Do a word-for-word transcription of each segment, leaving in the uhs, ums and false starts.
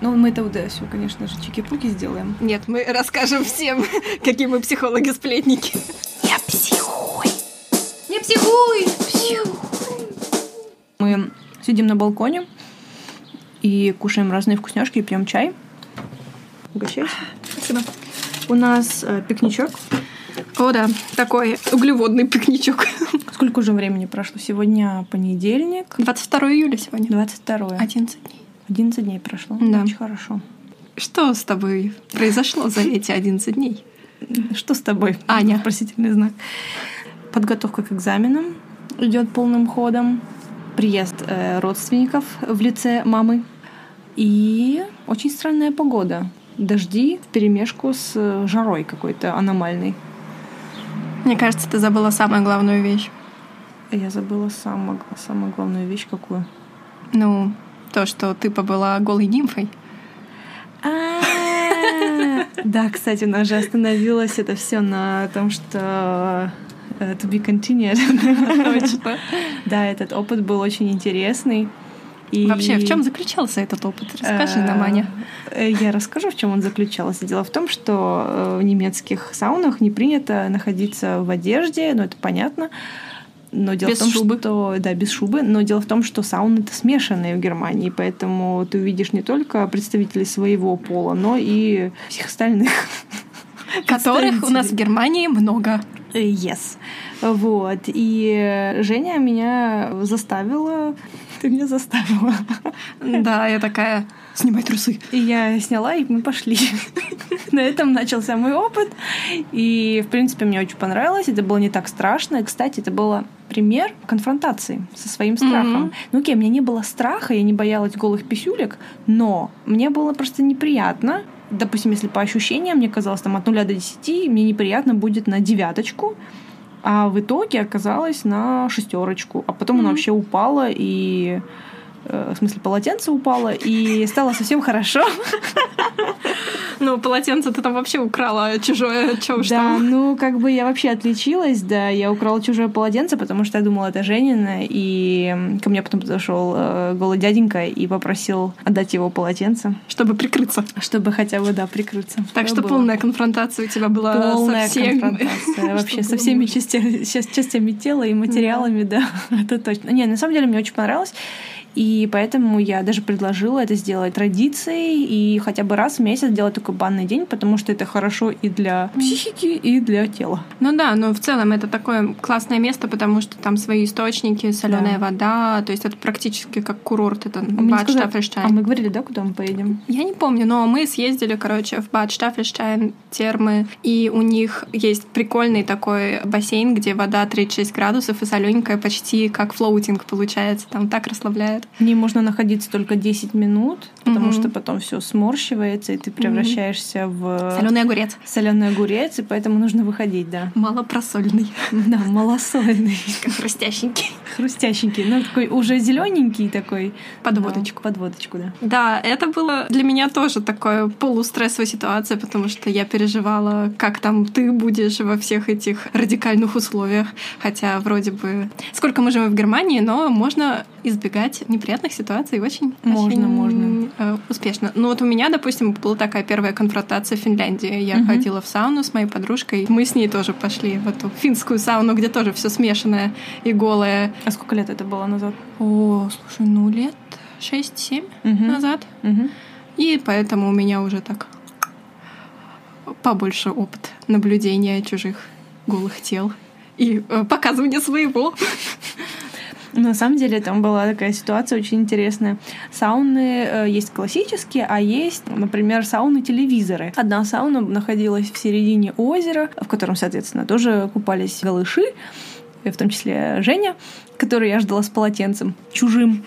Ну, мы это, да, все, конечно же, чики-пуки сделаем. Нет, мы расскажем всем, какие мы психологи-сплетники. Я психуй. Не психуй! Психуй. Мы сидим на балконе и кушаем разные вкусняшки и пьем чай. Угощайся. Спасибо. У нас э, пикничок. О, да, такой углеводный пикничок. Сколько уже времени прошло? Сегодня понедельник. двадцать второе июля сегодня. двадцать второе. одиннадцать дней. одиннадцать дней прошло. Да. Очень хорошо. Что с тобой произошло за эти одиннадцать дней? Что с тобой? Аня. Вопросительный знак. Подготовка к экзаменам идет полным ходом. Приезд э, родственников в лице мамы. И очень странная погода. Дожди вперемешку с жарой какой-то аномальной. Мне кажется, ты забыла самую главную вещь. Я забыла самую, самую главную вещь какую? Ну, то, что ты побыла голой нимфой. Да, кстати, у нас же остановилось это все на том, что to be continued. Точно. Да, этот опыт был очень интересный. И... Вообще, в чем заключался этот опыт? Расскажи нам, Аня. Я расскажу, в чем он заключался. Дело в том, что в немецких саунах не принято находиться в одежде, ну это понятно. Но дело без в том, шубы. Что, да, без шубы. Но дело в том, что сауны-то смешанные в Германии, поэтому ты увидишь не только представителей своего пола, но и всех остальных. Которых у нас в Германии много. Yes. Вот. И Женя меня заставила... Ты меня заставила. Да, я такая... Снимай трусы. И я сняла, и мы пошли. На этом начался мой опыт. И, в принципе, мне очень понравилось. Это было не так страшно. И, кстати, это был пример конфронтации со своим страхом. Mm-hmm. Ну, окей, у меня не было страха, я не боялась голых писюлек, но мне было просто неприятно. Допустим, если по ощущениям мне казалось, там, от нуля до десяти, мне неприятно будет на девяточку. А в итоге оказалось на шестерочку. А потом mm-hmm. она вообще упала, и... В смысле, полотенце упало, и стало совсем хорошо. Ну, полотенце ты там вообще украла чужое, чё уж да, там. Ну, как бы я вообще отличилась, да, я украла чужое полотенце, потому что я думала, это Женина, и ко мне потом подошел э, голый дяденька и попросил отдать его полотенце. Чтобы прикрыться. Чтобы хотя бы, да, прикрыться. Так что, что полная конфронтация у тебя была полная со всеми. конфронтация, вообще со всеми частями, частями тела и материалами, да, это точно. Не, на самом деле мне очень понравилось. И поэтому я даже предложила это сделать традицией и хотя бы раз в месяц делать такой банный день, потому что это хорошо и для психики, и для тела. Ну да, но в целом это такое классное место, потому что там свои источники, соленая да. вода, то есть это практически как курорт, это Бад Штаффенштайн. А мы говорили, да, куда мы поедем? Я не помню, но мы съездили, короче, в Бад Штаффенштайн, термы, и у них есть прикольный такой бассейн, где вода тридцать шесть градусов и солененькая, почти как флоутинг получается, там так расслабляет. В ней можно находиться только десять минут, потому mm-hmm. что потом все сморщивается, и ты превращаешься mm-hmm. в... Соленый огурец. Соленый огурец, и поэтому нужно выходить, да. Малопросольный. Да, малосольный. Хрустященький. Хрустященький. Ну, такой уже зелененький такой. Подводочку. Да, подводочку, да. Да, это было для меня тоже такая полустрессовая ситуация, потому что я переживала, как там ты будешь во всех этих радикальных условиях. Хотя вроде бы... Сколько мы живем в Германии, но можно избегать неприятных ситуаций очень, можно, очень можно. Э, успешно. Ну вот у меня, допустим, была такая первая конфронтация в Финляндии. Я uh-huh. ходила в сауну с моей подружкой. Мы с ней тоже пошли в эту финскую сауну, где тоже все смешанное и голое. А сколько лет это было назад? О, слушай, ну лет шесть-семь uh-huh. назад. Uh-huh. И поэтому у меня уже так побольше опыт наблюдения чужих голых тел и э, показывания своего. На самом деле там была такая ситуация очень интересная. Сауны э, есть классические, а есть, например, сауны-телевизоры. Одна сауна находилась в середине озера, в котором, соответственно, тоже купались голыши, в том числе Женя, которую я ждала с полотенцем чужим.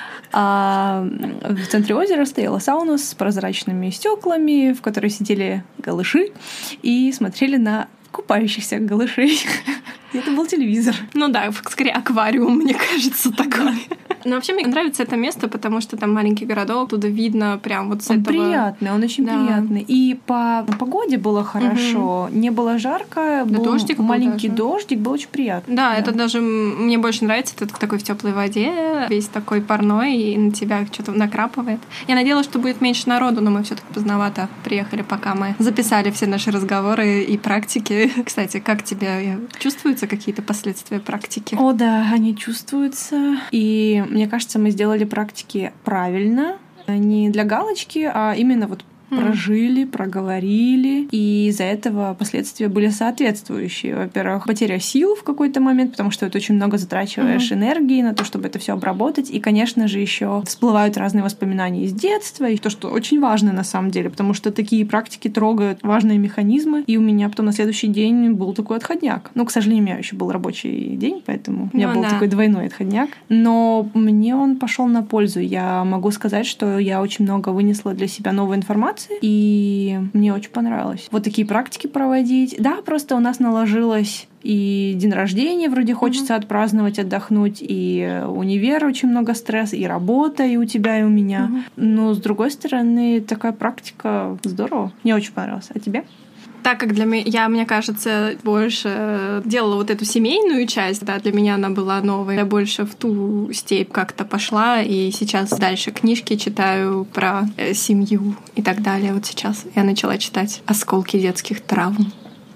А в центре озера стояла сауна с прозрачными стеклами, в которой сидели голыши и смотрели на купающихся голышей. И это был телевизор. Ну да, скорее аквариум, мне кажется, такой. Но вообще мне нравится это место, потому что там маленький городок, туда видно прям вот с он этого... Он приятный, он очень да. приятный. И по погоде было хорошо, угу. не было жарко, да, был дождик маленький был дождик, было очень приятно. Да, да, это даже мне больше нравится, ты в такой в теплой воде, весь такой парной, и на тебя что-то накрапывает. Я надеялась, что будет меньше народу, но мы все-таки поздновато приехали, пока мы записали все наши разговоры и практики. Кстати, как тебе чувствуются какие-то последствия практики? О, да, они чувствуются. И мне кажется, мы сделали практики правильно. Не для галочки, а именно вот прожили, проговорили, и из-за этого последствия были соответствующие. Во-первых, потеря сил в какой-то момент, потому что это очень много затрачиваешь mm-hmm. энергии на то, чтобы это все обработать, и, конечно же, еще всплывают разные воспоминания из детства, и то, что очень важно на самом деле, потому что такие практики трогают важные механизмы, и у меня потом на следующий день был такой отходняк. Ну, к сожалению, у меня еще был рабочий день, поэтому у меня ну, был да. такой двойной отходняк, но мне он пошел на пользу. Я могу сказать, что я очень много вынесла для себя новой информации, и мне очень понравилось вот такие практики проводить. Да, просто у нас наложилось и день рождения вроде хочется mm-hmm. отпраздновать, отдохнуть, и универ очень много стресса, и работа и у тебя, и у меня. Mm-hmm. Но, с другой стороны, такая практика здорово. Мне очень понравилось. А тебе? Так как для меня, я, мне кажется, больше делала вот эту семейную часть, да, для меня она была новой. Я больше в ту степь как-то пошла, и сейчас дальше книжки читаю про э, семью и так далее. Вот сейчас я начала читать «Осколки детских травм».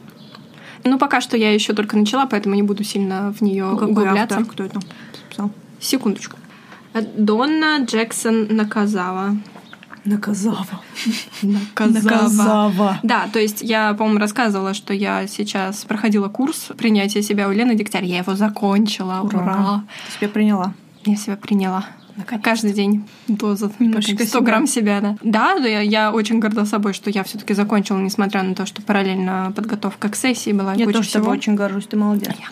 Ну, пока что я еще только начала, поэтому не буду сильно в нее углубляться. Автор? Кто это писал? Секундочку. Донна Джексон Наказава. Наказава. Наказава. Наказава. Да, то есть я, по-моему, рассказывала, что я сейчас проходила курс принятия себя у Лены Дегтярь. Я его закончила. Ура! Ура. Ты себя приняла? Я себя приняла. Наконец-то. Каждый день доза. Немножечко сто грамм себя, да. Да, да я, я очень горда собой, что я все-таки закончила, несмотря на то, что параллельно подготовка к сессии была. Я тоже всего. тобой очень горжусь, ты молодец. Я молодец.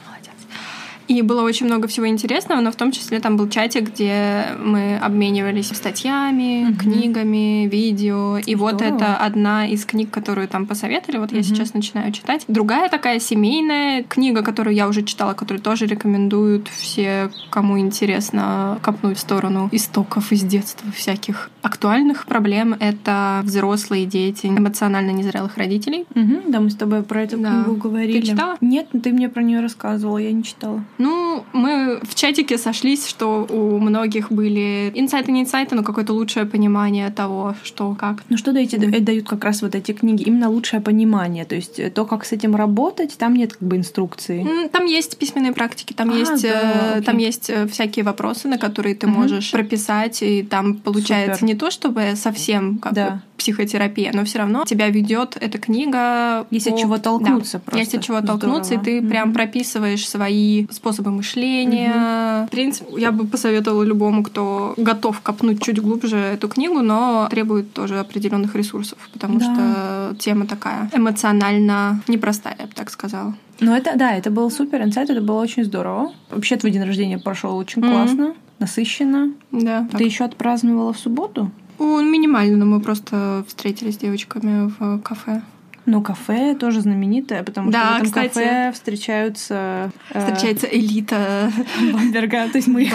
И было очень много всего интересного, но в том числе там был чатик, где мы обменивались статьями, mm-hmm. книгами, видео. И Здорово. Вот это одна из книг, которую там посоветовали. Вот mm-hmm. я сейчас начинаю читать. Другая такая семейная книга, которую я уже читала, которую тоже рекомендуют все, кому интересно копнуть в сторону истоков из детства всяких актуальных проблем. Это «Взрослые дети эмоционально незрелых родителей». Mm-hmm. Да, мы с тобой про эту да. книгу говорили. Ты читала? Нет, ты мне про нее рассказывала, я не читала. Ну, мы в чатике сошлись, что у многих были инсайты, не инсайты, но какое-то лучшее понимание того, что как. Ну, что дают, дают как раз вот эти книги? Именно лучшее понимание. То есть то, как с этим работать, там нет как бы инструкции. Там есть письменные практики, там, а, есть, да, там есть всякие вопросы, на которые ты угу. можешь прописать, и там получается Супер. Не то, чтобы совсем как да. бы психотерапия, но все равно тебя ведет эта книга. Есть по... от чего толкнуться да. просто. Есть от чего толкнуться, и ты угу. прям прописываешь свои способы мышления. Угу. В принципе, я бы посоветовала любому, кто готов копнуть чуть глубже эту книгу, но требует тоже определенных ресурсов, потому да. что тема такая эмоционально непростая, я бы так сказала. Ну, это да, это был супер инсайт, это было очень здорово. Вообще, твой день рождения прошел очень mm-hmm. классно, насыщенно. Да. Ты еще отпраздновала в субботу? Ну, минимально, но мы просто встретились с девочками в кафе. Ну, кафе тоже знаменитое, потому да, что в этом кстати, кафе встречаются... Встречается э... элита Бамберга, то есть мы...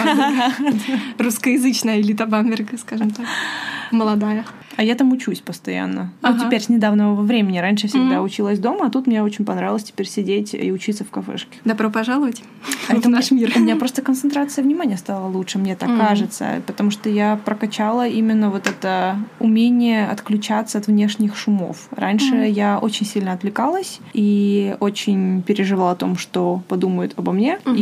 Русскоязычная элита Бамберга, скажем так. Молодая. А я там учусь постоянно. Ага. Ну, теперь с недавнего времени. Раньше всегда mm-hmm. училась дома, а тут мне очень понравилось теперь сидеть и учиться в кафешке. Добро пожаловать а в наш мир. У меня просто концентрация внимания стала лучше, мне так mm-hmm. кажется, потому что я прокачала именно вот это умение отключаться от внешних шумов. Раньше mm-hmm. я очень сильно отвлекалась и очень переживала о том, что подумают обо мне, mm-hmm.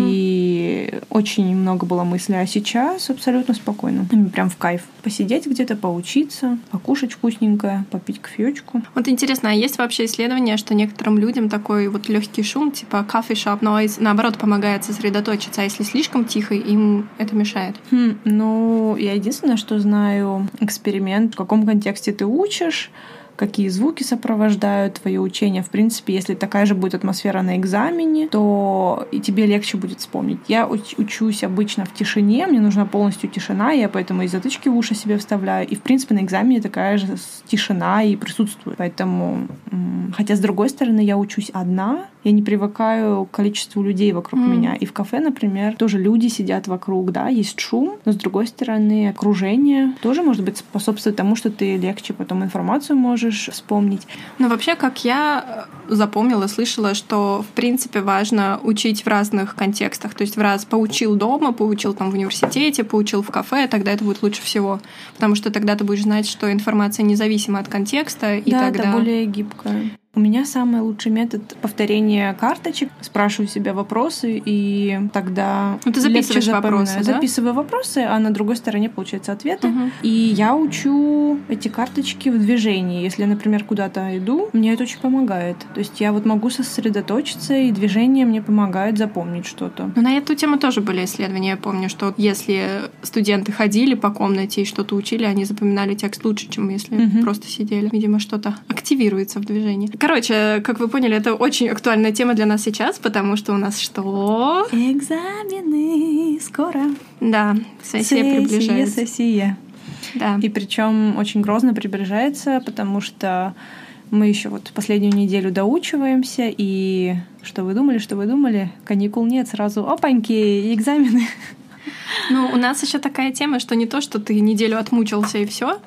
и очень много было мыслей. А сейчас абсолютно спокойно. Прям в кайф. Посидеть где-то, поучиться, покушать вкусненькое, попить кофеечку. Вот интересно, а есть вообще исследование, что некоторым людям такой вот легкий шум, типа coffee shop noise, наоборот, помогает сосредоточиться, а если слишком тихо, им это мешает? Хм, ну, я единственное, что знаю, эксперимент, в каком контексте ты учишь, какие звуки сопровождают твое учение. В принципе, если такая же будет атмосфера на экзамене, то и тебе легче будет вспомнить. Я уч- учусь обычно в тишине, мне нужна полностью тишина, я поэтому и затычки в уши себе вставляю. И, в принципе, на экзамене такая же тишина и присутствует. Поэтому, хотя, с другой стороны, я учусь одна, я не привыкаю к количеству людей вокруг mm. меня. И в кафе, например, тоже люди сидят вокруг, да, есть шум, но с другой стороны окружение тоже, может быть, способствует тому, что ты легче потом информацию можешь вспомнить. Но вообще, как я запомнила, слышала, что, в принципе, важно учить в разных контекстах. То есть в раз поучил дома, поучил там в университете, поучил в кафе, тогда это будет лучше всего. Потому что тогда ты будешь знать, что информация независима от контекста, и да, тогда... это более гибкая. У меня самый лучший метод повторения карточек. Спрашиваю себя вопросы, и тогда ну, ты записываешь вопросы, да? Записываю вопросы, а на другой стороне, получается, ответы. Угу. И я учу эти карточки в движении. Если, например, куда-то иду, мне это очень помогает. То есть я вот могу сосредоточиться, и движение мне помогает запомнить что-то. Но на эту тему тоже были исследования. Я помню, что если студенты ходили по комнате и что-то учили, они запоминали текст лучше, чем если угу. просто сидели. Видимо, что-то активируется в движении. Короче, как вы поняли, это очень актуальная тема для нас сейчас, потому что у нас что? Экзамены скоро. Да, сессия приближается. Сессия. Да. И причем очень грозно приближается, потому что мы еще вот последнюю неделю доучиваемся, и что вы думали, что вы думали? Каникул нет, сразу опаньки, экзамены. Ну, у нас еще такая тема, что не то, что ты неделю отмучился и все.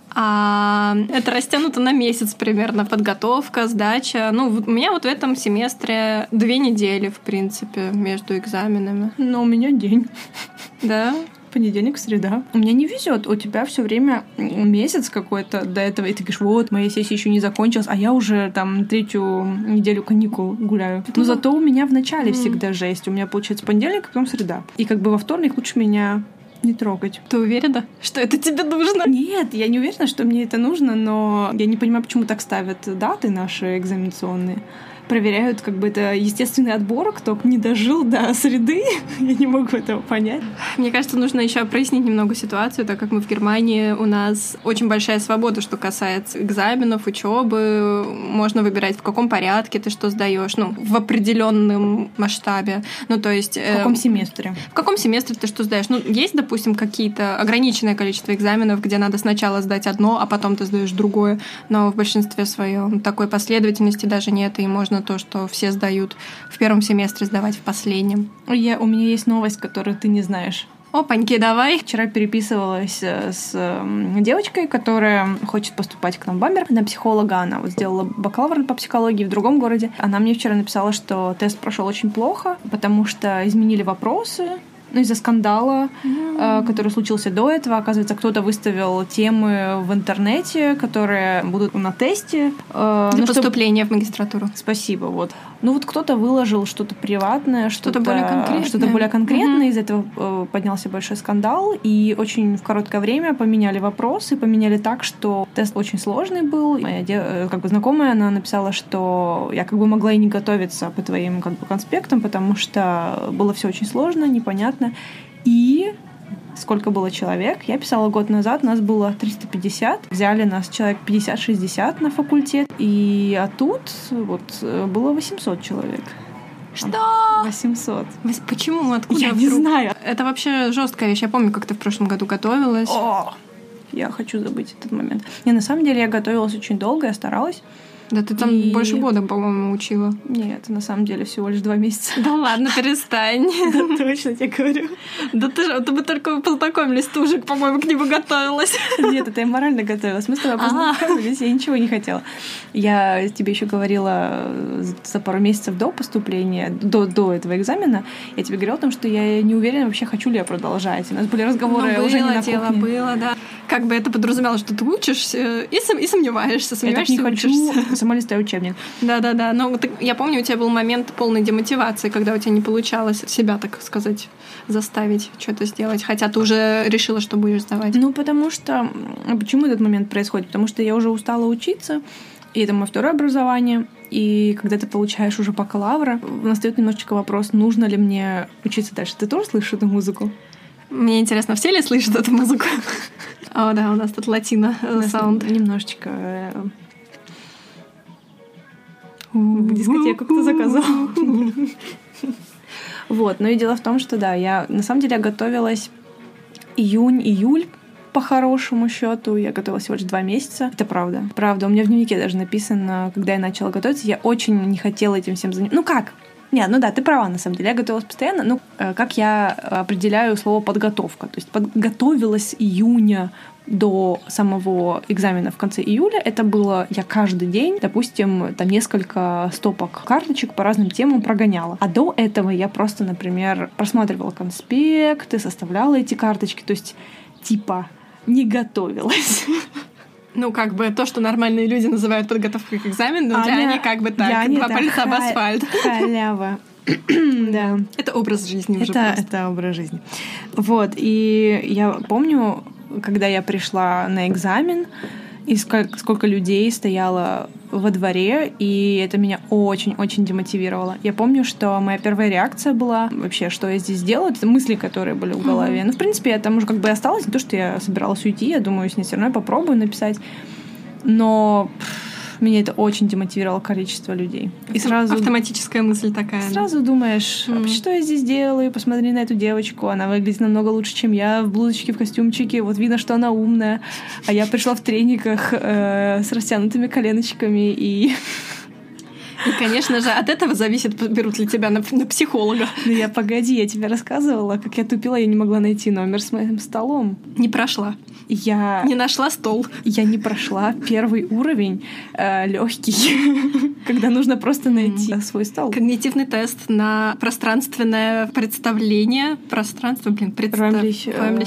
А это растянуто на месяц примерно, подготовка, сдача. Ну, у меня вот в этом семестре две недели, в принципе, между экзаменами. Но у меня день. Да? Понедельник, среда. У меня не везет. У тебя все время месяц какой-то до этого, и ты говоришь, вот, моя сессия еще не закончилась, а я уже там третью неделю каникул гуляю. Но зато у меня в начале mm. всегда жесть. У меня получается понедельник, потом среда. И как бы во вторник лучше меня не трогать. Ты уверена, что это тебе нужно? Нет, я не уверена, что мне это нужно, но я не понимаю, почему так ставят даты наши экзаменационные. Проверяют, как бы это естественный отбор, кто не дожил до среды. Я не могу этого понять. Мне кажется, нужно еще прояснить немного ситуацию, так как мы в Германии, у нас очень большая свобода, что касается экзаменов, учебы. Можно выбирать, в каком порядке ты что сдаешь, ну, в определенном масштабе. Ну, то есть... В каком семестре? В каком семестре ты что сдаешь? Ну, есть, допустим, какие-то ограниченное количество экзаменов, где надо сначала сдать одно, а потом ты сдаешь другое. Но в большинстве своем такой последовательности даже нет, и можно то, что все сдают в первом семестре, сдавать в последнем. Я, у меня есть новость, которую ты не знаешь. Опаньки, давай. Вчера переписывалась с девочкой, которая хочет поступать к нам в Бамберг на психолога. Она вот сделала бакалавр по психологии в другом городе. Она мне вчера написала, что тест прошел очень плохо, потому что изменили вопросы. Ну, из-за скандала, mm-hmm. э, который случился до этого. Оказывается, кто-то выставил темы в интернете, которые будут на тесте. Э, Для ну, поступления чтобы... в магистратуру. Спасибо, вот. Ну, вот кто-то выложил что-то приватное, что-то, что-то более конкретное. Что-то более конкретное. Mm-hmm. Из-за этого э, поднялся большой скандал. И очень в короткое время поменяли вопросы. Поменяли так, что тест очень сложный был. Моя де... как бы знакомая, она написала, что я как бы могла и не готовиться по твоим как бы конспектам, потому что было все очень сложно, непонятно. И сколько было человек? Я писала год назад, нас было триста пятьдесят. Взяли нас человек пятьдесят-шестьдесят на факультет. И а тут вот было восемьсот человек. Что? восемьсот. Почему? Откуда? Я вдруг? не знаю. Это вообще жесткая вещь. Я помню, как ты в прошлом году готовилась. О, я хочу забыть этот момент. Не, на самом деле я готовилась очень долго, я старалась. Да ты там и... больше года, по-моему, учила. Нет, на самом деле всего лишь два месяца. Да ладно, перестань. Да точно тебе говорю. Да ты бы только по такому листужек, по-моему, к нему готовилась. Нет, это я морально готовилась. Мы с тобой познакомились, я ничего не хотела. Я тебе еще говорила за пару месяцев до поступления, до, до этого экзамена, я тебе говорила о том, что я не уверена вообще, хочу ли я продолжать. У нас были разговоры ну, уже не на дело, кухне. Было, да. Как бы это подразумевало, что ты учишься и, сом- и сомневаешься, сомневаешься, я так не хочу, сама листаю учебник. Да-да-да. Но ты, я помню, у тебя был момент полной демотивации, когда у тебя не получалось себя, так сказать, заставить что-то сделать, хотя ты уже решила, что будешь сдавать. Ну, потому что... Почему этот момент происходит? Потому что я уже устала учиться, и это мое второе образование, и когда ты получаешь уже бакалавра, настает немножечко вопрос, нужно ли мне учиться дальше. Ты тоже слышишь эту музыку? Мне интересно, все ли слышат эту музыку? О, да, у нас тут латино-саунд. Немножечко... Дискотеку кто заказал. Вот, но и дело в том, что да, я на самом деле готовилась июнь-июль, по хорошему счету. Я готовилась всего лишь два месяца. Это правда. Правда. У меня в дневнике даже написано, когда я начала готовиться, я очень не хотела этим всем заниматься. Ну как? Нет, ну да, ты права, на самом деле. Я готовилась постоянно. Ну, как я определяю слово «подготовка». То есть подготовилась с июня до самого экзамена в конце июля. Это было я каждый день, допустим, там несколько стопок карточек по разным темам прогоняла. А до этого я просто, например, просматривала конспекты, составляла эти карточки. То есть, типа, не готовилась. Ну, как бы то, что нормальные люди называют подготовкой к экзамену, для Аня, они как бы так, два пальца об асфальт. Халява. Да. Это образ жизни уже это, просто. Это образ жизни. Вот, и я помню, когда я пришла на экзамен, и сколько, сколько людей стояло во дворе, и это меня очень-очень демотивировало. Я помню, что моя первая реакция была вообще, что я здесь делаю, это мысли, которые были в голове. Mm-hmm. Ну, в принципе, я там уже как бы осталась, не то, что я собиралась уйти, я думаю, если все равно я попробую написать, но пфф, меня это очень демотивировало количество людей. И сразу автоматическая мысль такая. Сразу да? думаешь, mm. что я здесь делаю? Посмотри на эту девочку, она выглядит намного лучше, чем я, в блузочке, в костюмчике, вот видно, что она умная, а я пришла в трениках э, с растянутыми коленочками и... И, конечно же, от этого зависит, берут ли тебя на, на психолога. Ну я, погоди, я тебе рассказывала, как я тупила, я не могла найти номер с моим столом. Не прошла. Я... Не нашла стол. Я не прошла первый уровень э, легкий, когда нужно просто найти mm. свой стол. Когнитивный тест на пространственное представление. Пространство, блин, представление.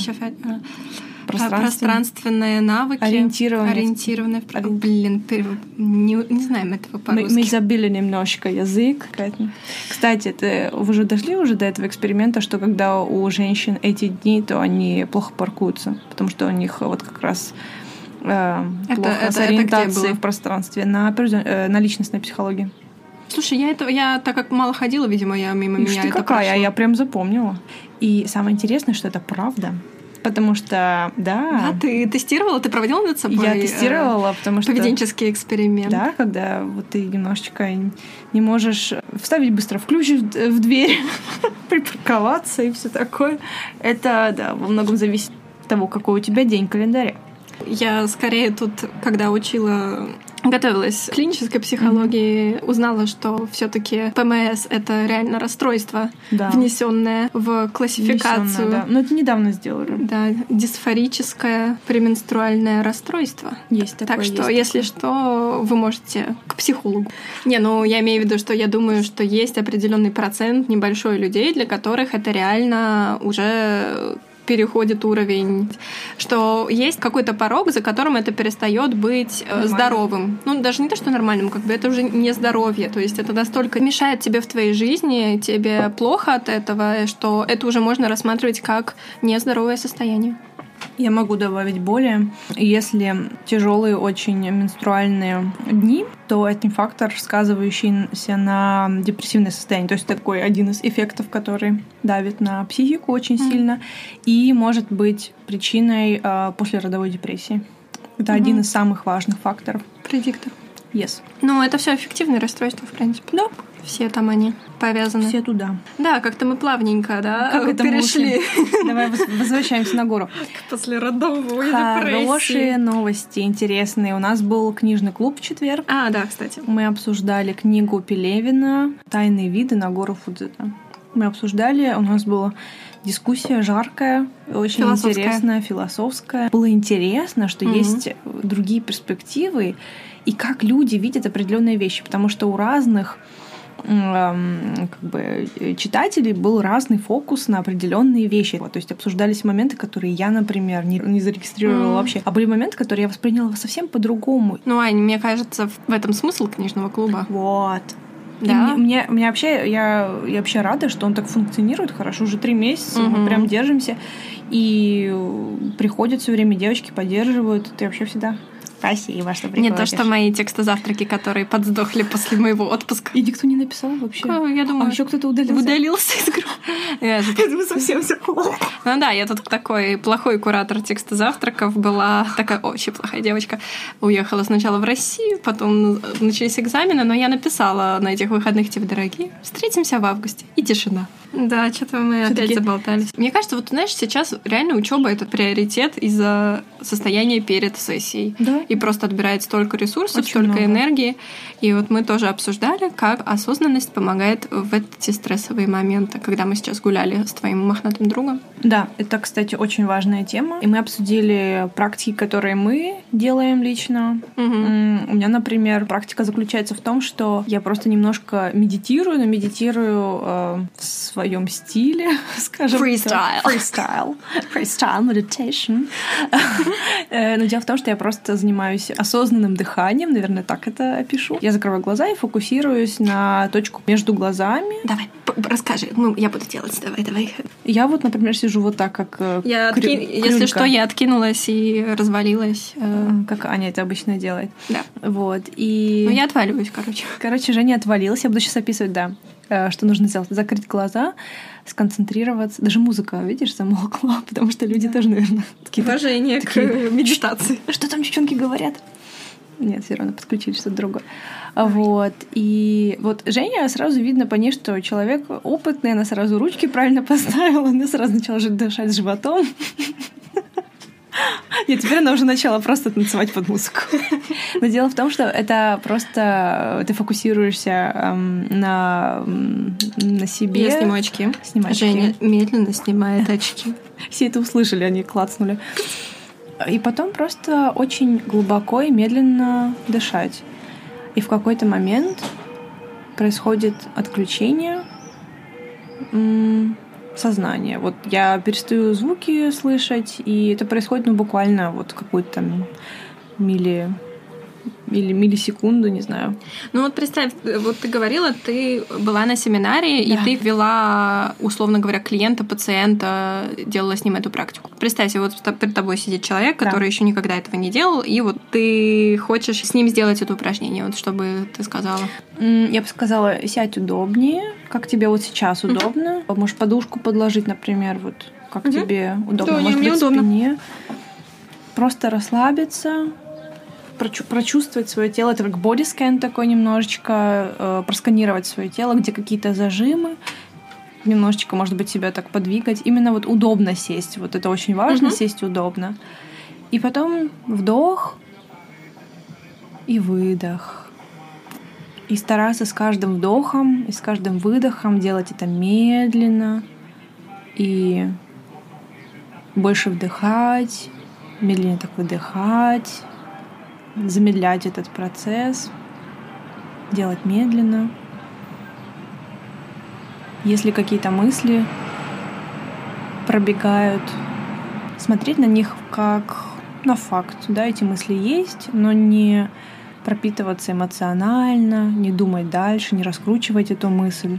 Пространственные навыки. Ориентированные. Ориентированные. В... Блин, не, не знаем этого по-русски. Мы, мы забили немножко язык. Кстати, это, вы уже дошли уже до этого эксперимента, что когда у женщин эти дни, то они плохо паркуются, потому что у них вот как раз э, это, плохо это, с ориентацией в пространстве на, э, на личностной психологии. Слушай, я это, я так как мало ходила, видимо, я мимо Ишь меня ты это какая, прошло. Я прям запомнила. И самое интересное, что это правда. Потому что, да... Да, ты тестировала, ты проводила над собой? Я тестировала, потому что... Поведенческий эксперимент. Да, когда вот ты немножечко не можешь вставить быстро в ключ в дверь, припарковаться и все такое. Это, да, во многом зависит от того, какой у тебя день календаря. Я скорее тут, когда учила... Готовилась к клинической психологии, mm-hmm. узнала, что все-таки ПМС — это реально расстройство, да. внесенное в классификацию. Внесённое, да. Но это недавно сделали. Да, дисфорическое пременструальное расстройство. Есть такое. Так что, есть если такое. что, вы можете к психологу. Не, ну я имею в виду, что я думаю, что есть определенный процент небольшой людей, для которых это реально уже переходит уровень, что есть какой-то порог, за которым это перестает быть нормальным. Здоровым. Ну, даже не то, что нормальным, как бы это уже не здоровье. То есть это настолько мешает тебе в твоей жизни, тебе плохо от этого, что это уже можно рассматривать как нездоровое состояние. Я могу добавить более. Если тяжелые очень менструальные дни, то это фактор, сказывающийся на депрессивное состояние. То есть такой один из эффектов, который давит на психику очень mm. сильно и может быть причиной э, послеродовой депрессии. Это mm-hmm. один из самых важных факторов. Предиктор. Yes. Ну, это все эффективные расстройства, в принципе. Да. Все там они повязаны. Все туда. Да, как-то мы плавненько, да, как это перешли. Давай возвращаемся на гору. После родовой Хорошие депрессии. новости, интересные. У нас был книжный клуб в четверг. А, да, кстати. Мы обсуждали книгу Пелевина «Тайные виды на гору Фудзита». Мы обсуждали, у нас была дискуссия жаркая, очень философская. интересная, философская. Было интересно, что mm-hmm. есть другие перспективы и как люди видят определенные вещи, потому что у разных как бы, читателей был разный фокус на определенные вещи. То есть обсуждались моменты, которые я, например, не, не зарегистрировала mm. вообще, а были моменты, которые я восприняла совсем по-другому. Ну, Ань, мне кажется, в этом смысл книжного клуба. Вот. Да. И мне, мне вообще, я, я вообще рада, что он так функционирует хорошо. Уже три месяца mm-hmm. мы прям держимся. И приходят все время девочки, поддерживают. Это вообще всегда... Спасибо, что приходишь. Не то, что мои текстозавтраки, которые подсдохли после моего отпуска. И никто не написал вообще. Я думаю, а еще кто-то удалился. Удалился из группы. Я думаю, совсем все плохо. Ну да, я тут такой плохой куратор текстозавтраков была. Такая очень плохая девочка. Уехала сначала в Россию, потом начались экзамены, но я написала на этих выходных, типа, дорогие, встретимся в августе. И тишина. Да, что-то мы Всё-таки... опять заболтались. Мне кажется, вот, знаешь, сейчас реально учеба это приоритет из-за состояния перед сессией. Да. И просто отбирает столько ресурсов, Очень столько много. энергии. И вот мы тоже обсуждали, как осознанность помогает в эти стрессовые моменты, когда мы сейчас гуляли с твоим мохнатым другом. Да, это, кстати, очень важная тема. И мы обсудили практики, которые мы делаем лично. Угу. У меня, например, практика заключается в том, что я просто немножко медитирую, но медитирую э, в своем стиле, скажем Freestyle. так. Freestyle. Freestyle meditation. Но дело в том, что я просто занимаюсь осознанным дыханием, наверное, так это опишу. Я закрываю глаза и фокусируюсь на точку между глазами. Давай, расскажи. Я буду делать. Давай, давай. Я вот, например, сижу вот так, как я крю... отки... Если что, я откинулась и развалилась. Как Аня это обычно делает. Да. Вот. И... Ну, я отваливаюсь, короче. Короче, Женя отвалилась. Я буду сейчас описывать, да, что нужно сделать. Закрыть глаза, сконцентрироваться. Даже музыка, видишь, замолкла, потому что люди да. тоже, наверное, такие... Уважение такие... к медитации. Что там девчонки говорят? Нет, все равно подключили что-то другое. Вот. И вот Женя, сразу видно по ней, что человек опытный, она сразу ручки правильно поставила, она сразу начала дышать животом. Нет, теперь она уже начала просто танцевать под музыку. Но дело в том, что это просто ты фокусируешься эм, на, на себе. Я снимаю очки. Снимаю очки. Женя медленно снимает очки. Все это услышали, они клацнули. И потом просто очень глубоко и медленно дышать. И в какой-то момент происходит отключение м- сознания. Вот я перестаю звуки слышать, и это происходит ну, буквально вот какую-то там милли... или миллисекунду, не знаю. Ну вот представь, вот ты говорила, ты была на семинаре, да. и ты вела, условно говоря, клиента, пациента, делала с ним эту практику. Представь себе, вот перед тобой сидит человек, который да. еще никогда этого не делал, и вот ты хочешь с ним сделать это упражнение, вот что бы ты сказала? Я бы сказала, сядь удобнее, как тебе вот сейчас удобно. Mm-hmm. Можешь подушку подложить, например, вот как mm-hmm. тебе удобно. Да, может мне быть, удобно. в спине. Просто расслабиться, прочувствовать свое тело. Это как бодискэн такой немножечко, э, просканировать свое тело, где какие-то зажимы, немножечко, может быть, себя так подвигать. Именно вот удобно сесть. Вот это очень важно, mm-hmm. сесть удобно. И потом вдох и выдох. И стараться с каждым вдохом и с каждым выдохом делать это медленно и больше вдыхать, медленнее так выдыхать, замедлять этот процесс, делать медленно. Если какие-то мысли пробегают, смотреть на них как на факт. Да, эти мысли есть, но не пропитываться эмоционально, не думать дальше, не раскручивать эту мысль.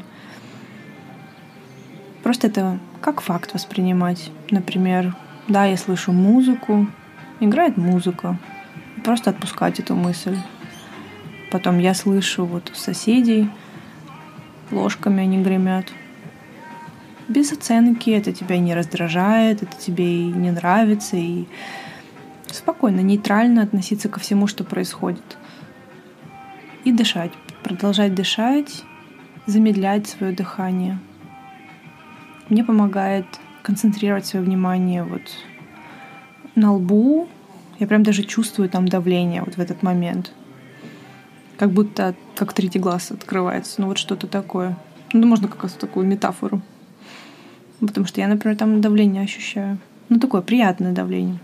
Просто это как факт воспринимать. Например, да, я слышу музыку, играет музыка. Просто отпускать эту мысль. Потом я слышу вот соседей, ложками они гремят. Без оценки, это тебя не раздражает, это тебе и не нравится, и спокойно, нейтрально относиться ко всему, что происходит. И дышать, продолжать дышать, замедлять свое дыхание. Мне помогает концентрировать свое внимание вот на лбу. Я прям даже чувствую там давление вот в этот момент. Как будто как третий глаз открывается. Ну вот что-то такое. Ну можно как раз такую метафору. Потому что я, например, там давление ощущаю. Ну такое приятное давление.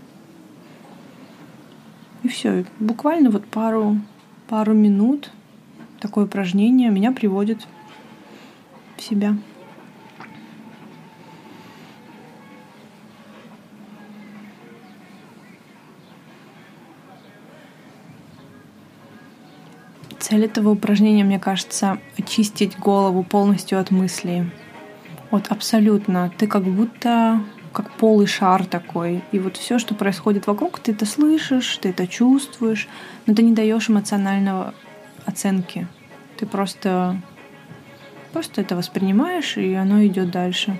И все. Буквально вот пару, пару минут такое упражнение меня приводит в себя. Цель этого упражнения, мне кажется, очистить голову полностью от мыслей. Вот абсолютно. Ты как будто как полый шар такой. И вот все, что происходит вокруг, ты это слышишь, ты это чувствуешь, но ты не даешь эмоционального оценки. Ты просто, просто это воспринимаешь, и оно идет дальше.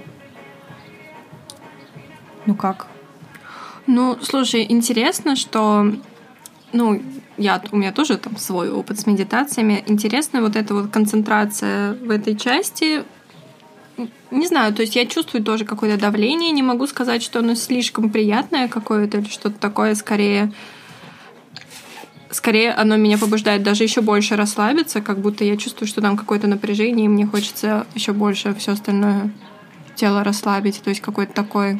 Ну как? Ну, слушай, интересно, что ну, я, у меня тоже там свой опыт с медитациями. Интересно вот эта вот концентрация в этой части Не знаю, то есть я чувствую тоже какое-то давление, не могу сказать, что оно слишком приятное какое-то или что-то такое, скорее... Скорее, оно меня побуждает даже еще больше расслабиться, как будто я чувствую, что там какое-то напряжение, и мне хочется еще больше все остальное тело расслабить. То есть какое-то такое...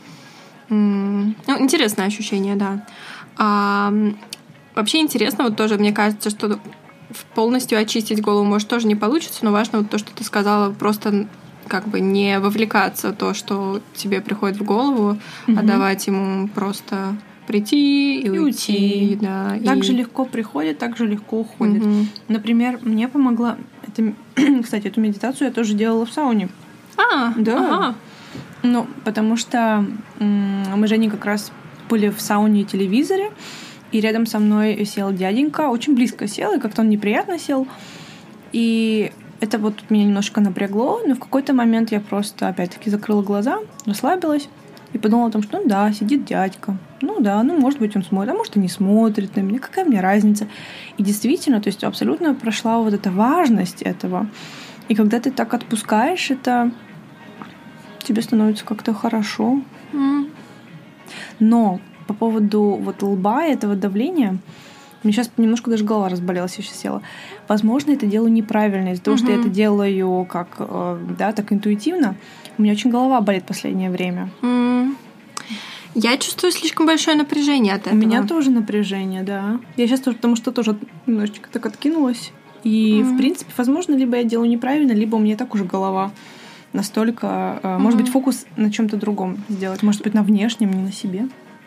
Ну, интересное ощущение, да. А, вообще интересно, вот тоже мне кажется, что полностью очистить голову, может, тоже не получится, но важно вот то, что ты сказала, просто как бы не вовлекаться в то, что тебе приходит в голову, mm-hmm. а давать ему просто прийти и, и уйти. уйти. Да, так и... же легко приходит, так же легко уходит. Mm-hmm. Например, мне помогла... Это... Кстати, эту медитацию я тоже делала в сауне. А, да. Ага. Ну, потому что мы с Женей как раз были в сауне и телевизоре, и рядом со мной сел дяденька, очень близко сел, и как-то он неприятно сел. И это вот меня немножко напрягло, но в какой-то момент я просто опять-таки закрыла глаза, расслабилась и подумала о том, что ну да, сидит дядька. Ну да, ну может быть он смотрит, а может и не смотрит на меня, какая мне разница. И действительно, то есть абсолютно прошла вот эта важность этого. И когда ты так отпускаешь это... тебе становится как-то хорошо. Mm. Но по поводу вот лба и этого давления, мне сейчас немножко даже голова разболелась, я сейчас села. Возможно, это делаю неправильно, из-за того, mm-hmm. что я это делаю как, да, так интуитивно. У меня очень голова болит в последнее время. Mm. Я чувствую слишком большое напряжение от этого. У меня тоже напряжение, да. Я сейчас тоже, потому что тоже немножечко так откинулась. И, mm-hmm. в принципе, возможно, либо я делаю неправильно, либо у меня так уже голова настолько... Mm-hmm. Может быть, фокус на чем-то другом сделать. Может быть, на внешнем, не на себе.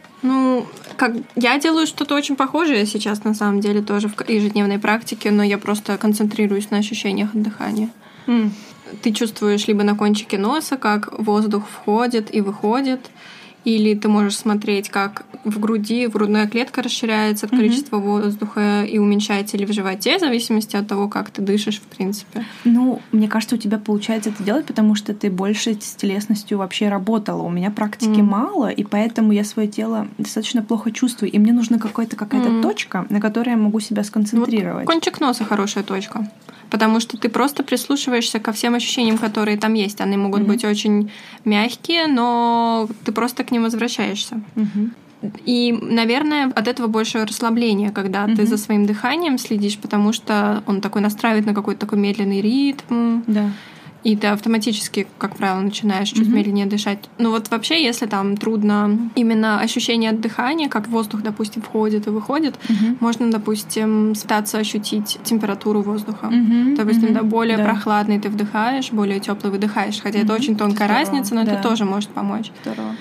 Ну, как я делаю что-то очень похожее сейчас, на самом деле, тоже в ежедневной практике, но я просто концентрируюсь на ощущениях от дыхания. Mm. Ты чувствуешь либо на кончике носа, как воздух входит и выходит, или ты можешь смотреть, как в груди грудная клетка расширяется от mm-hmm. количества воздуха и уменьшается, или в животе, в зависимости от того, как ты дышишь, в принципе. Ну, мне кажется, у тебя получается это делать, потому что ты больше с телесностью вообще работала. У меня практики mm. мало, и поэтому я свое тело достаточно плохо чувствую. И мне нужна какая-то какая-то mm. точка, на которой я могу себя сконцентрировать. Вот кончик носа хорошая точка. Потому что ты просто прислушиваешься ко всем ощущениям, которые там есть. Они могут mm-hmm. быть очень мягкие, но ты просто к ним возвращаешься. Mm-hmm. И, наверное, от этого больше расслабления, когда mm-hmm. ты за своим дыханием следишь, потому что он такой настраивает на какой-то такой медленный ритм. Да. И ты автоматически, как правило, начинаешь чуть mm-hmm. медленнее дышать. Ну вот вообще, если там трудно именно ощущение от дыхания, как воздух, допустим, входит и выходит, mm-hmm. можно, допустим, пытаться ощутить температуру воздуха. Mm-hmm. Допустим, mm-hmm. да, более да. прохладный ты вдыхаешь, более теплый выдыхаешь. Хотя mm-hmm. это очень тонкая Здорово. разница, но да. это тоже может помочь. Здорово.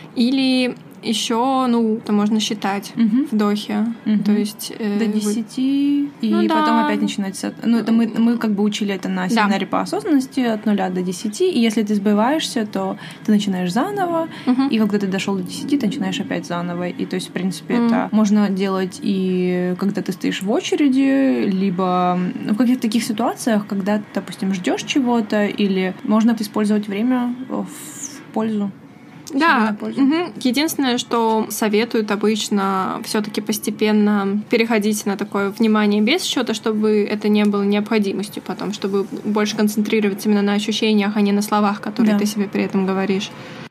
Или еще, ну, это можно считать угу. вдохи. Угу. То есть... Э, до десяти, и ну, потом да. опять начинается... Ну, это мы, мы как бы учили это на семинаре да. по осознанности от нуля до десяти, и если ты сбиваешься, то ты начинаешь заново, угу. и когда ты дошел до десяти, ты начинаешь опять заново. И то есть, в принципе, угу. это можно делать и когда ты стоишь в очереди, либо в каких-то таких ситуациях, когда, допустим, ждешь чего-то, или можно использовать время в пользу. Да, угу. Единственное, что советуют обычно все-таки постепенно переходить на такое внимание без счета, чтобы это не было необходимостью потом, чтобы больше концентрироваться именно на ощущениях, а не на словах, которые да. ты себе при этом говоришь.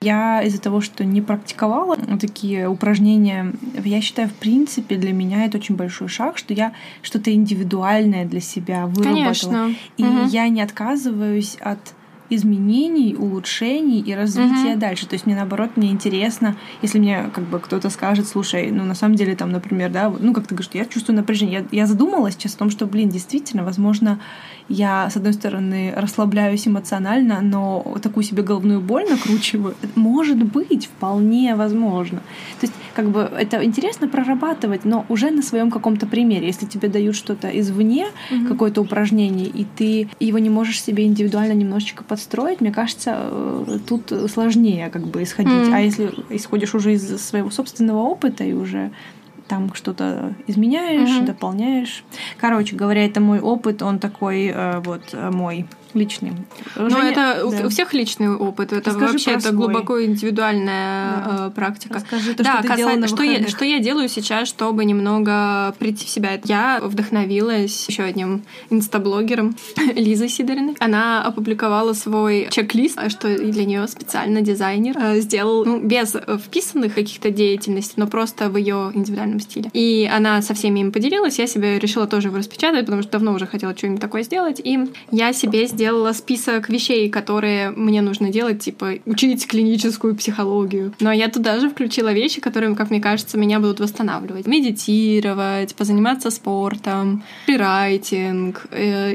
Я из-за того, что не практиковала такие упражнения, я считаю, в принципе, для меня это очень большой шаг, что я что-то индивидуальное для себя выработала. Конечно. И угу. я не отказываюсь от изменений, улучшений и развития uh-huh. дальше. То есть мне, наоборот, мне интересно, если мне как бы кто-то скажет, слушай, ну, на самом деле, там, например, да, ну, как ты говоришь, я чувствую напряжение. Я, я задумалась сейчас о том, что, блин, действительно, возможно, я, с одной стороны, расслабляюсь эмоционально, но такую себе головную боль накручиваю. Может быть, вполне возможно. То есть, как бы, это интересно прорабатывать, но уже на своем каком-то примере. Если тебе дают что-то извне, uh-huh. какое-то упражнение, и ты его не можешь себе индивидуально немножечко подстроить, строить, мне кажется, тут сложнее как бы исходить. Mm. А если исходишь уже из своего собственного опыта и уже там что-то изменяешь, mm-hmm. дополняешь. Короче говоря, это мой опыт, он такой вот мой Личный. Но Женя... это да. у всех личный опыт. Это Расскажи вообще это глубоко индивидуальная да. практика. Расскажи то, да, что ты каса... делала на что, я, что я делаю сейчас, чтобы немного прийти в себя. Я вдохновилась еще одним инстаблогером Лизой Сидориной. Она опубликовала свой чек-лист, что для нее специально дизайнер сделал ну, без вписанных каких-то деятельностей, но просто в ее индивидуальном стиле. И она со всеми им поделилась. Я себе решила тоже его распечатать, потому что давно уже хотела что-нибудь такое сделать. И я себе сделала список вещей, которые мне нужно делать, типа учить клиническую психологию. Но я туда же включила вещи, которые, как мне кажется, меня будут восстанавливать. Медитировать, позаниматься спортом, фрирайтинг.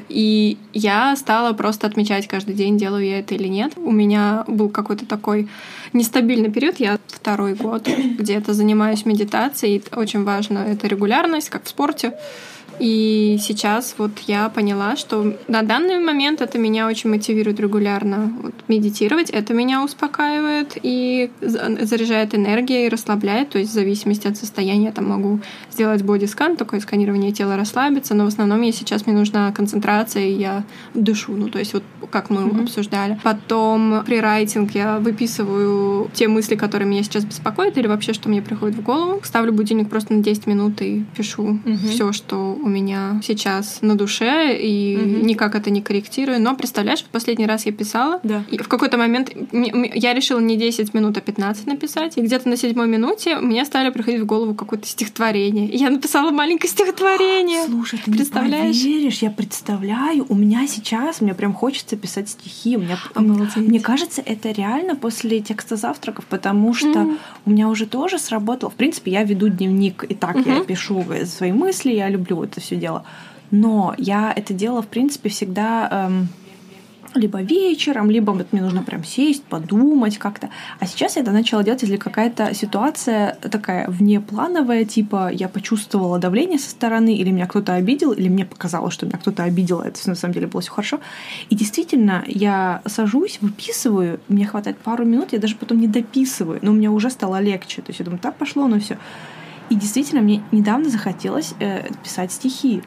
И я стала просто отмечать каждый день, делаю я это или нет. У меня был какой-то такой нестабильный период. Я второй год где-то занимаюсь медитацией. Очень важно это регулярность, как в спорте. И сейчас вот я поняла, что на данный момент это меня очень мотивирует регулярно вот, медитировать. Это меня успокаивает и заряжает энергией, и расслабляет. То есть в зависимости от состояния я там могу сделать бодискан, такое сканирование тела, расслабиться. Но в основном мне сейчас мне нужна концентрация, и я дышу. Ну, то есть вот как мы mm-hmm. обсуждали. Потом при райтинг я выписываю те мысли, которые меня сейчас беспокоят, или вообще, что мне приходит в голову. Ставлю будильник просто на десять минут и пишу mm-hmm. все, что у меня сейчас на душе, и mm-hmm. никак это не корректирую. Но представляешь, в последний раз я писала, да. и в какой-то момент я решила не десять минут, а пятнадцать написать, и где-то на седьмой минуте мне стали приходить в голову какое-то стихотворение. И я написала маленькое стихотворение. Слушай, ты представляешь? Не поверишь, я представляю, у меня сейчас, мне прям хочется писать стихи. У меня, мне кажется, это реально после текста завтраков, потому что mm-hmm. у меня уже тоже сработало. В принципе, я веду дневник, и так mm-hmm. я пишу свои мысли, я люблю это все дело. Но я это делала, в принципе, всегда эм, либо вечером, либо вот мне нужно прям сесть, подумать как-то. А сейчас я это начала делать, если какая-то ситуация такая внеплановая, типа я почувствовала давление со стороны, или меня кто-то обидел, или мне показалось, что меня кто-то обидел, это на самом деле было все хорошо. И действительно, я сажусь, выписываю, мне хватает пару минут, я даже потом не дописываю, но мне уже стало легче. То есть я думаю, так пошло, ну все. И действительно, мне недавно захотелось э, писать стихи.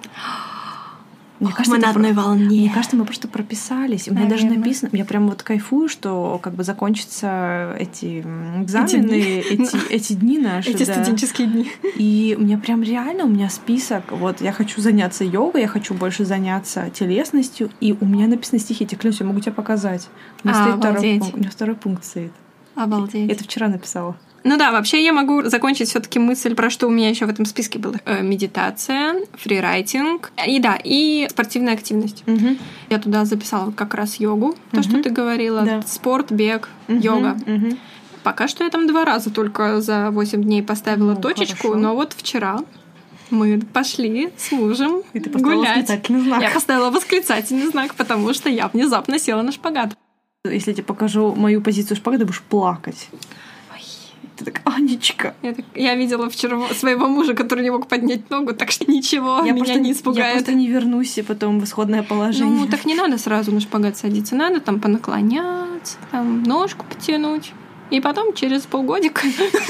Мне кажется, мы на одной про... волне. Мне кажется, мы просто прописались. У меня даже написано... Я прям вот кайфую, что как бы закончатся эти экзамены, эти дни, эти, эти дни наши. Эти да. студенческие дни. И у меня прям реально, у меня список. Вот я хочу заняться йогой, я хочу больше заняться телесностью. И у меня написаны стихи. Я клянусь, я могу тебе показать. У меня, а, стоит второй пункт. У меня второй пункт стоит. Обалдеть. Я это вчера написала. Ну да, вообще я могу закончить все-таки мысль про что у меня еще в этом списке было. Э, медитация, фрирайтинг и да, и спортивная активность. Угу. Я туда записала как раз йогу, то, угу. что ты говорила, да. спорт, бег, угу. йога. Угу. Пока что я там два раза только за восемь дней поставила ну, точечку, хорошо. Но вот вчера мы пошли с мужем и ты поставила гулять. Восклицательный знак. Я поставила восклицательный знак, потому что я внезапно села на шпагат. Если я тебе покажу мою позицию шпагата, ты будешь плакать. Ты так, Анечка. Я, так, я видела вчера своего мужа, который не мог поднять ногу, так что ничего, я меня просто, не испугает. Я просто не вернусь и потом в исходное положение. Ну, так не надо сразу на шпагат садиться. Надо там понаклоняться, там ножку потянуть. И потом через полгодика.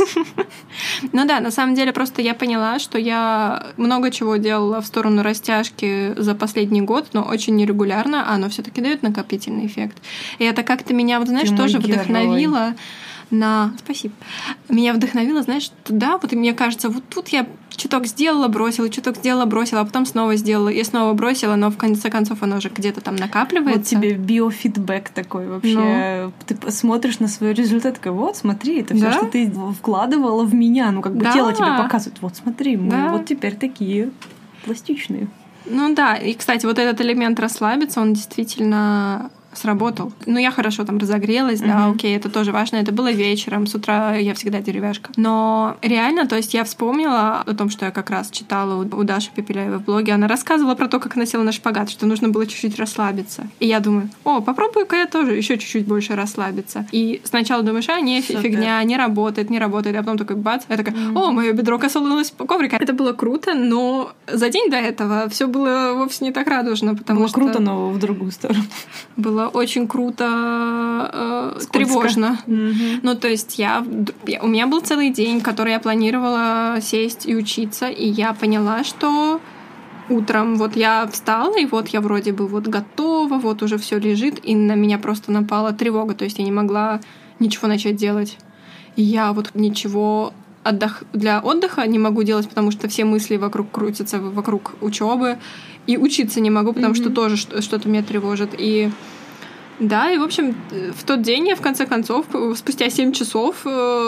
Ну да, на самом деле просто я поняла, что я много чего делала в сторону растяжки за последний год, но очень нерегулярно, а оно все-таки дает накопительный эффект. И это как-то меня, вот знаешь, тоже вдохновило на... Спасибо. Меня вдохновило, знаешь, туда, вот и мне кажется, вот тут я чуток сделала, бросила, чуток сделала, бросила, а потом снова сделала и снова бросила, но в конце концов оно уже где-то там накапливается. Вот тебе биофидбэк такой вообще. Ну. Ты смотришь на свой результат, такой, вот, смотри, это все, да? Что ты вкладывала в меня, ну как бы да. тело тебе показывает, вот смотри, мы да. вот теперь такие пластичные. Ну да, и, кстати, вот этот элемент расслабиться, он действительно... сработал. Ну, я хорошо там разогрелась, mm-hmm. да, окей, это тоже важно. Это было вечером, с утра я всегда деревяшка. Но реально, то есть я вспомнила о том, что я как раз читала у, у Даши Пепеляевой в блоге. Она рассказывала про то, как она села на шпагат, что нужно было чуть-чуть расслабиться. И я думаю, о, попробую-ка я тоже еще чуть-чуть больше расслабиться. И сначала думаешь, а, не, Супер. Фигня, не работает, не работает. А потом такой бац, я такая, mm-hmm. о, мое бедро коснулось коврика. Это было круто, но за день до этого все было вовсе не так радужно, потому было что... круто, но в другую сторону. Было очень круто, э, тревожно. Mm-hmm. Ну, то есть я, я... У меня был целый день, который я планировала сесть и учиться, и я поняла, что утром вот я встала, и вот я вроде бы вот готова, готова, вот уже все лежит, и на меня просто напала тревога, то есть я не могла ничего начать делать. И я вот ничего отдох... для отдыха не могу делать, потому что все мысли вокруг крутятся, вокруг учебы, и учиться не могу, потому mm-hmm. что тоже что-то меня тревожит. И да, и, в общем, в тот день я, в конце концов, спустя семь часов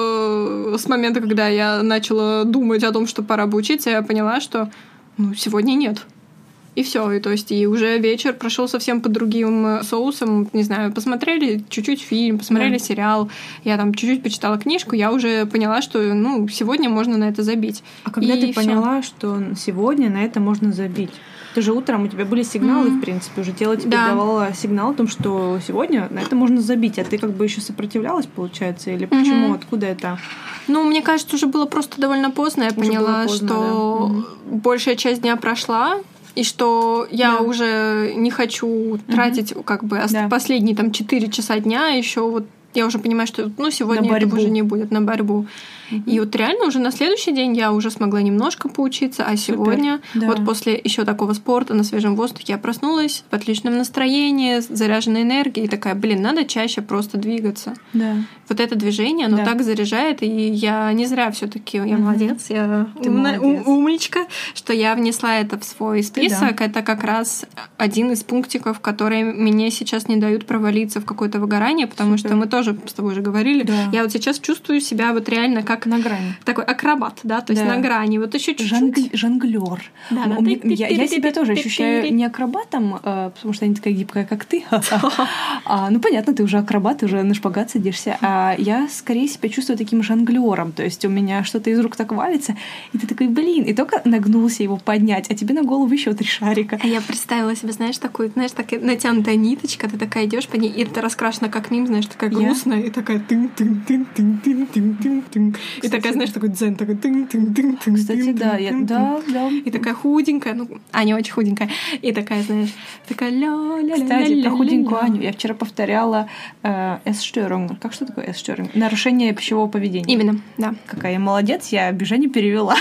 э, с момента, когда я начала думать о том, что пора бы учиться, я поняла, что ну, сегодня нет. И все, и то есть и уже вечер прошел совсем по другим соусам, не знаю, посмотрели чуть-чуть фильм, посмотрели mm. сериал, я там чуть-чуть почитала книжку, я уже поняла, что ну сегодня можно на это забить. А когда и ты всё. поняла, что сегодня на это можно забить? Ты же утром, у тебя были сигналы, mm-hmm. в принципе, уже тело тебе да. давало сигнал о том, что сегодня на это можно забить, а ты как бы еще сопротивлялась, получается, или почему, mm-hmm. откуда это? Ну, мне кажется, уже было просто довольно поздно, я уже поняла, поздно, что да. mm-hmm. большая часть дня прошла, и что я да. уже не хочу тратить угу. как бы да. последние там четыре часа дня еще вот я уже понимаю, что ну сегодня этого уже не будет на борьбу. Mm-hmm. И вот реально уже на следующий день я уже смогла немножко поучиться, а сегодня да. вот после еще такого спорта на свежем воздухе я проснулась в отличном настроении, заряженной энергией, и такая, блин, надо чаще просто двигаться. Да. Вот это движение, оно да. так заряжает, и я не зря все-таки, я mm-hmm. молодец, я умна, молодец. умничка, что я внесла это в свой список. Да. Это как раз один из пунктиков, которые мне сейчас не дают провалиться в какое-то выгорание, потому Супер. Что мы тоже с тобой уже говорили. Да. Я вот сейчас чувствую себя вот реально как на грани. Такой акробат, да, то есть да. на грани. Вот еще чуть-чуть. Жонглер. Жонглёр. Да, да, Мне, я, я себя тоже ощущаю не акробатом, потому что я не такая гибкая, как ты. а, ну, понятно, ты уже акробат, ты уже на шпагат садишься. А я скорее себя чувствую таким жонглёром. То есть у меня что-то из рук так валится, и ты такой, блин, и только нагнулся его поднять, а тебе на голову еще три шарика. А я представила себе, знаешь, такую, знаешь, такая натянутая ниточка, ты такая идешь по ней, и это раскрашена как мим, знаешь, такая грустная, и такая тын-тын-тын-тын-тын-тын-тын. И такая, знаешь, такой дзен, такой тын-тын-тын-тын. Кстати, да, я, да, да. И такая худенькая, ну, Аня очень худенькая, и такая, знаешь, такая ля-ля-ля-ля-ля-ля. Кстати, про худенькую Аню. Я вчера повторяла э, Essstörung. Как что такое Essstörung? Нарушение пищевого поведения. Именно, да. Какая я молодец, я бежание перевела.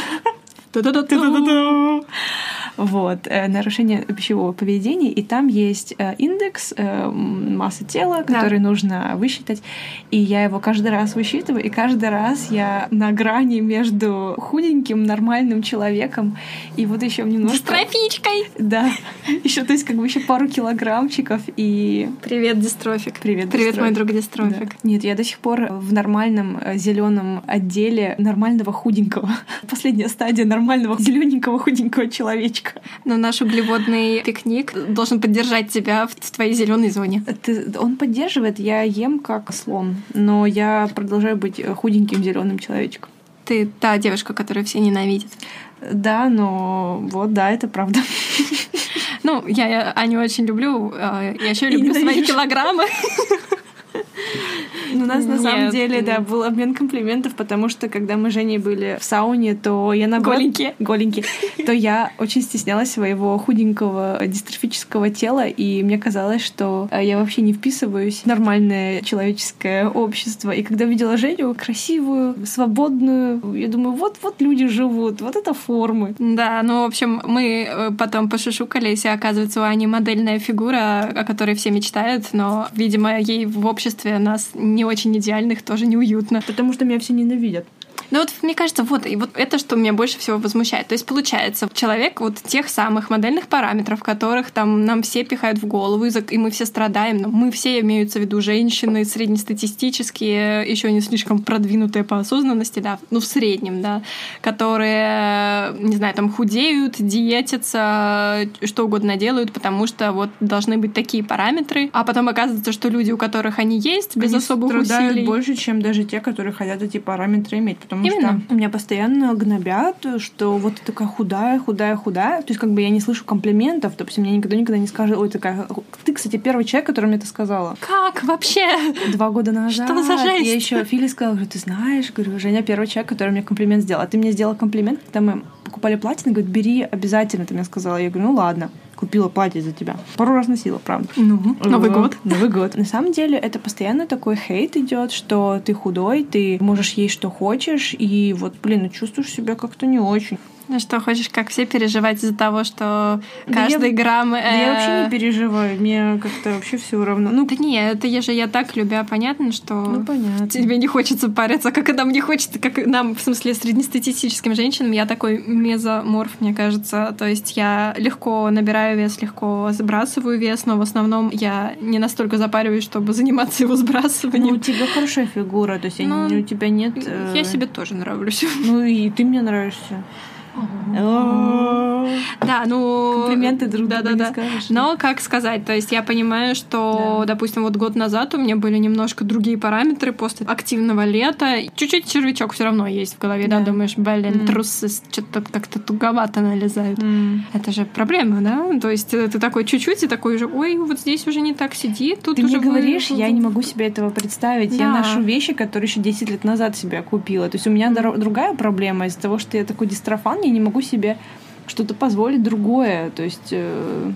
Вот, э, нарушение пищевого поведения, и там есть э, индекс э, массы тела, который да. нужно высчитать, и я его каждый раз высчитываю, и каждый раз я на грани между худеньким, нормальным человеком и вот еще немножко... Дистрофичкой! Да, еще, то есть как бы еще пару килограммчиков, и... Привет, дистрофик. Привет, Привет, дистрофик. Мой друг дистрофик. Да. Нет, я до сих пор в нормальном зеленом отделе нормального худенького. Последняя стадия нормального зелененького худенького человечка. Но наш углеводный пикник должен поддержать тебя в твоей зеленой зоне. Ты, он поддерживает, я ем как слон, но я продолжаю быть худеньким зеленым человечком. Ты та девушка, которую все ненавидят. Да, но вот да, это правда. Ну, я Аню очень люблю. Я еще люблю свои килограммы. У нас на самом деле, да, был обмен комплиментов, потому что когда мы с Женей были в сауне, то я наоборот... Голенькие. Голенькие. То я очень стеснялась своего худенького дистрофического тела, и мне казалось, что я вообще не вписываюсь в нормальное человеческое общество. И когда видела Женю красивую, свободную, я думаю, вот-вот люди живут, вот это формы. Да, ну, в общем, мы потом пошушукались, и оказывается, у Ани модельная фигура, о которой все мечтают, но, видимо, ей в обществе нас не очень идеальных тоже неуютно. Потому что меня все ненавидят. Ну вот, мне кажется, вот, и вот это, что меня больше всего возмущает. То есть, получается, человек вот тех самых модельных параметров, которых там нам все пихают в голову, и мы все страдаем, но мы все, имеются в виду женщины среднестатистические, еще не слишком продвинутые по осознанности, да, ну в среднем, да, которые, не знаю, там худеют, диетятся, что угодно делают, потому что вот должны быть такие параметры, а потом оказывается, что люди, у которых они есть, без они особых страдают усилий... больше, чем даже те, которые хотят эти параметры иметь, потому Именно. что меня постоянно гнобят, что вот ты такая худая, худая, худая. То есть как бы я не слышу комплиментов. Допустим, мне никогда никогда не скажут, ой, такая... Ты, кстати, первый человек, который мне это сказала. Как вообще? Два года назад. Что за жесть? Я еще Филе сказала, говорю, ты знаешь, говорю, Женя первый человек, который мне комплимент сделал. А ты мне сделала комплимент, когда мы покупали платье, она говорит, бери обязательно, ты мне сказала. Я говорю, ну ладно. Купила платье за тебя. Пару раз носила, правда. Ну, Новый год. Новый год. На самом деле это постоянно такой хейт идет, что ты худой, ты можешь есть что хочешь, и вот, блин, ну чувствуешь себя как-то не очень. Ну что, хочешь, как все, переживать из-за того, что Да каждый я, грамм... Да э... я вообще не переживаю, мне как-то вообще все равно. Ну, да нет, это я же я так любя, понятно, что ну, понятно. тебе не хочется париться, как и нам не хочется, как и нам, в смысле, среднестатистическим женщинам. Я такой мезоморф, мне кажется. То есть я легко набираю вес, легко сбрасываю вес, но в основном я не настолько запариваюсь, чтобы заниматься его сбрасыванием. Ну, у тебя хорошая фигура, то есть ну, у тебя нет... Э... Я себе тоже нравлюсь. Ну, и ты мне нравишься. Да, ну... Комплименты друг другу да, не да, скажешь. Но как сказать, то есть я понимаю, что, да. допустим, вот год назад у меня были немножко другие параметры после активного лета. Чуть-чуть червячок все равно есть в голове, да, да? Думаешь, блин, mm. трусы что-то как-то туговато налезают. Mm. Это же проблема, да? То есть ты такой чуть-чуть и такой уже, ой, вот здесь уже не так сиди, тут ты уже... Ты мне говоришь, вы... я не могу себе этого представить. Да. Я ношу вещи, которые еще десять лет назад себе купила. То есть у меня mm. другая проблема из-за того, что я такой дистрофан, я не могу себе что-то позволить другое, то есть... Э...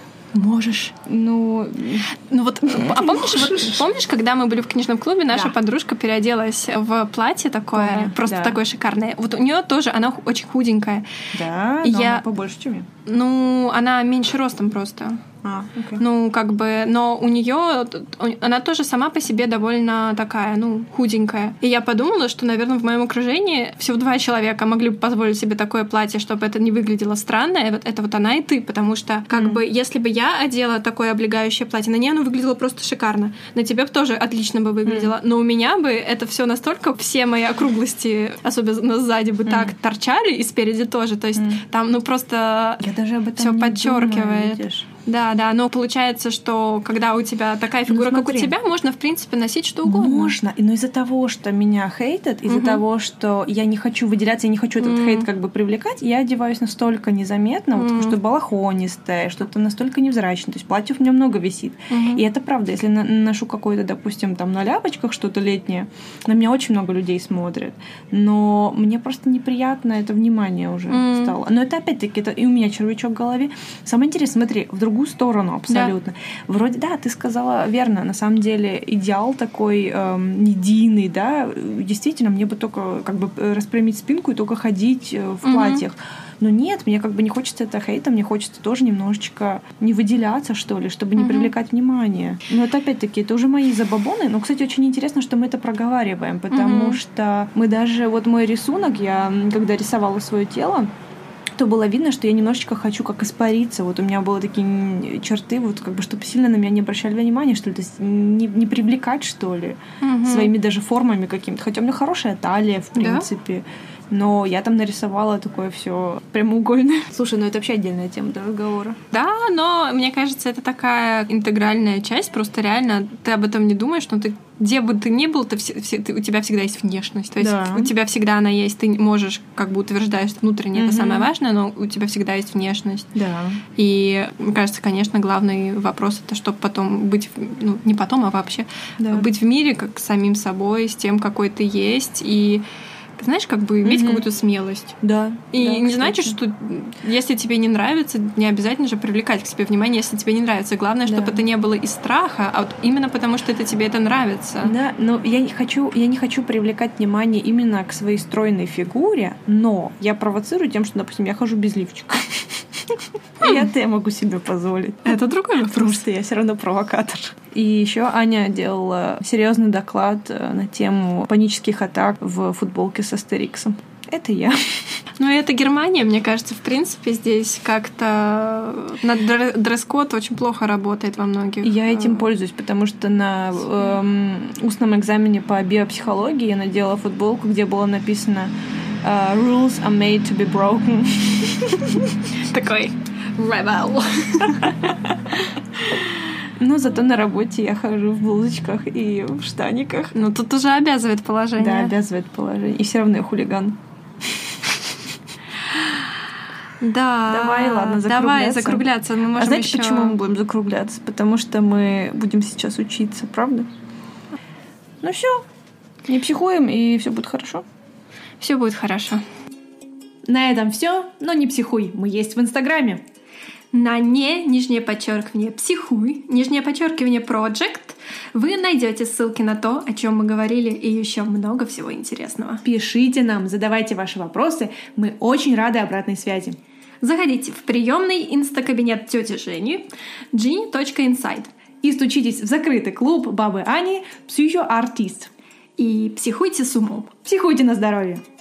Можешь. Ну, ну вот, а помнишь, вот, помнишь, когда мы были в книжном клубе, наша да. подружка переоделась в платье такое, Помню, просто да. такое шикарное. Вот у нее тоже, она очень худенькая. Да, но я... она побольше, чем я. Ну, она меньше ростом просто. А, okay. Ну, как бы, но у нее она тоже сама по себе довольно такая, ну, худенькая. И я подумала, что, наверное, в моем окружении всего два человека могли бы позволить себе такое платье, чтобы это не выглядело странно. И вот это вот она и ты, потому что, как mm. бы, если бы я одела такое облегающее платье, на ней оно выглядело просто шикарно. На тебе бы тоже отлично бы выглядело. Mm. Но у меня бы это все настолько, все мои округлости, особенно сзади, бы mm. так торчали, и спереди тоже. То есть mm. там, ну, просто все подчеркивает. Думаю, да, да, но получается, что когда у тебя такая фигура, ну, как у тебя, можно, в принципе, носить что угодно. Можно, но из-за того, что меня хейтят, из-за угу. того, что я не хочу выделяться, я не хочу этот mm. хейт как бы привлекать, я одеваюсь настолько незаметно, mm. вот, что балахонистое, что-то настолько невзрачное, то есть платьев у меня много висит. Mm-hmm. И это правда, если на- ношу какое-то, допустим, там на ляпочках что-то летнее, на меня очень много людей смотрят, но мне просто неприятно это внимание уже mm. стало. Но это опять-таки, это и у меня червячок в голове. Самое интересное, смотри, в другую сторону абсолютно. Да. Вроде, да, ты сказала верно, на самом деле идеал такой эм, единый, да, действительно, мне бы только как бы распрямить спинку и только ходить в mm-hmm. платьях. Но нет, мне как бы не хочется это хейта, мне хочется тоже немножечко не выделяться, что ли, чтобы не mm-hmm. привлекать внимание. Но это опять-таки, это уже мои забабоны. Но, кстати, очень интересно, что мы это проговариваем, потому mm-hmm. что мы даже, вот мой рисунок, я когда рисовала свое тело, то было видно, что я немножечко хочу как испариться. Вот у меня были такие черты, вот как бы, чтобы сильно на меня не обращали внимания, что ли, то есть не, не привлекать, что ли, угу. своими даже формами какими-то. Хотя у меня хорошая талия, в принципе. Да? Но я там нарисовала такое все прямоугольное. Слушай, ну это вообще отдельная тема для разговора. Да, но мне кажется, это такая интегральная часть. Просто реально ты об этом не думаешь, но ты где бы ты ни был, ты, все, ты, у тебя всегда есть внешность. То есть да. у тебя всегда она есть. Ты можешь, как бы утверждаешь, что внутренне mm-hmm. это самое важное, но у тебя всегда есть внешность. Да. И, мне кажется, конечно, главный вопрос — это чтобы потом быть, ну, не потом, а вообще, да. быть в мире как с самим собой, с тем, какой ты есть, и знаешь, как бы иметь mm-hmm. какую-то смелость. Да. И да, не кстати. Значит, что если тебе не нравится, не обязательно же привлекать к себе внимание, если тебе не нравится. Главное, да. чтобы это не было из страха, а вот именно потому, что это тебе это нравится. Да, но я не хочу, я не хочу привлекать внимание именно к своей стройной фигуре, но я провоцирую тем, что, допустим, я хожу без лифчика. И это я могу себе позволить. Это другой вопрос. Потому что я все равно провокатор. И еще Аня делала серьезный доклад на тему панических атак в футболке с Астериксом. Это я. Ну, и это Германия, мне кажется, в принципе, здесь как-то на дресс-код очень плохо работает во многих. Я этим пользуюсь, потому что на эм, устном экзамене по биопсихологии я надела футболку, где было написано Uh, rules are made to be broken. Такой rebel. Но зато на работе я хожу в блузочках и в штаниках. Ну, тут уже обязывает положение. Да, обязывает положение. И все равно я хулиган. Да. Давай, ладно, закругляться. Давай закругляться. Мы можем а знаете, еще... почему мы будем закругляться? Потому что мы будем сейчас учиться, правда? Ну все, не психуем, и все будет хорошо. Все будет хорошо. На этом все, но не психуй, мы есть в Инстаграме. На не, нижнее подчеркивание, психуй, нижнее подчеркивание, project вы найдете ссылки на то, о чем мы говорили, и еще много всего интересного. Пишите нам, задавайте ваши вопросы. Мы очень рады обратной связи. Заходите в приемный инстакабинет тети Жени джини точка инсайд и стучитесь в закрытый клуб бабы Ани «Психоартист». И психуйте с умом. Психуйте на здоровье.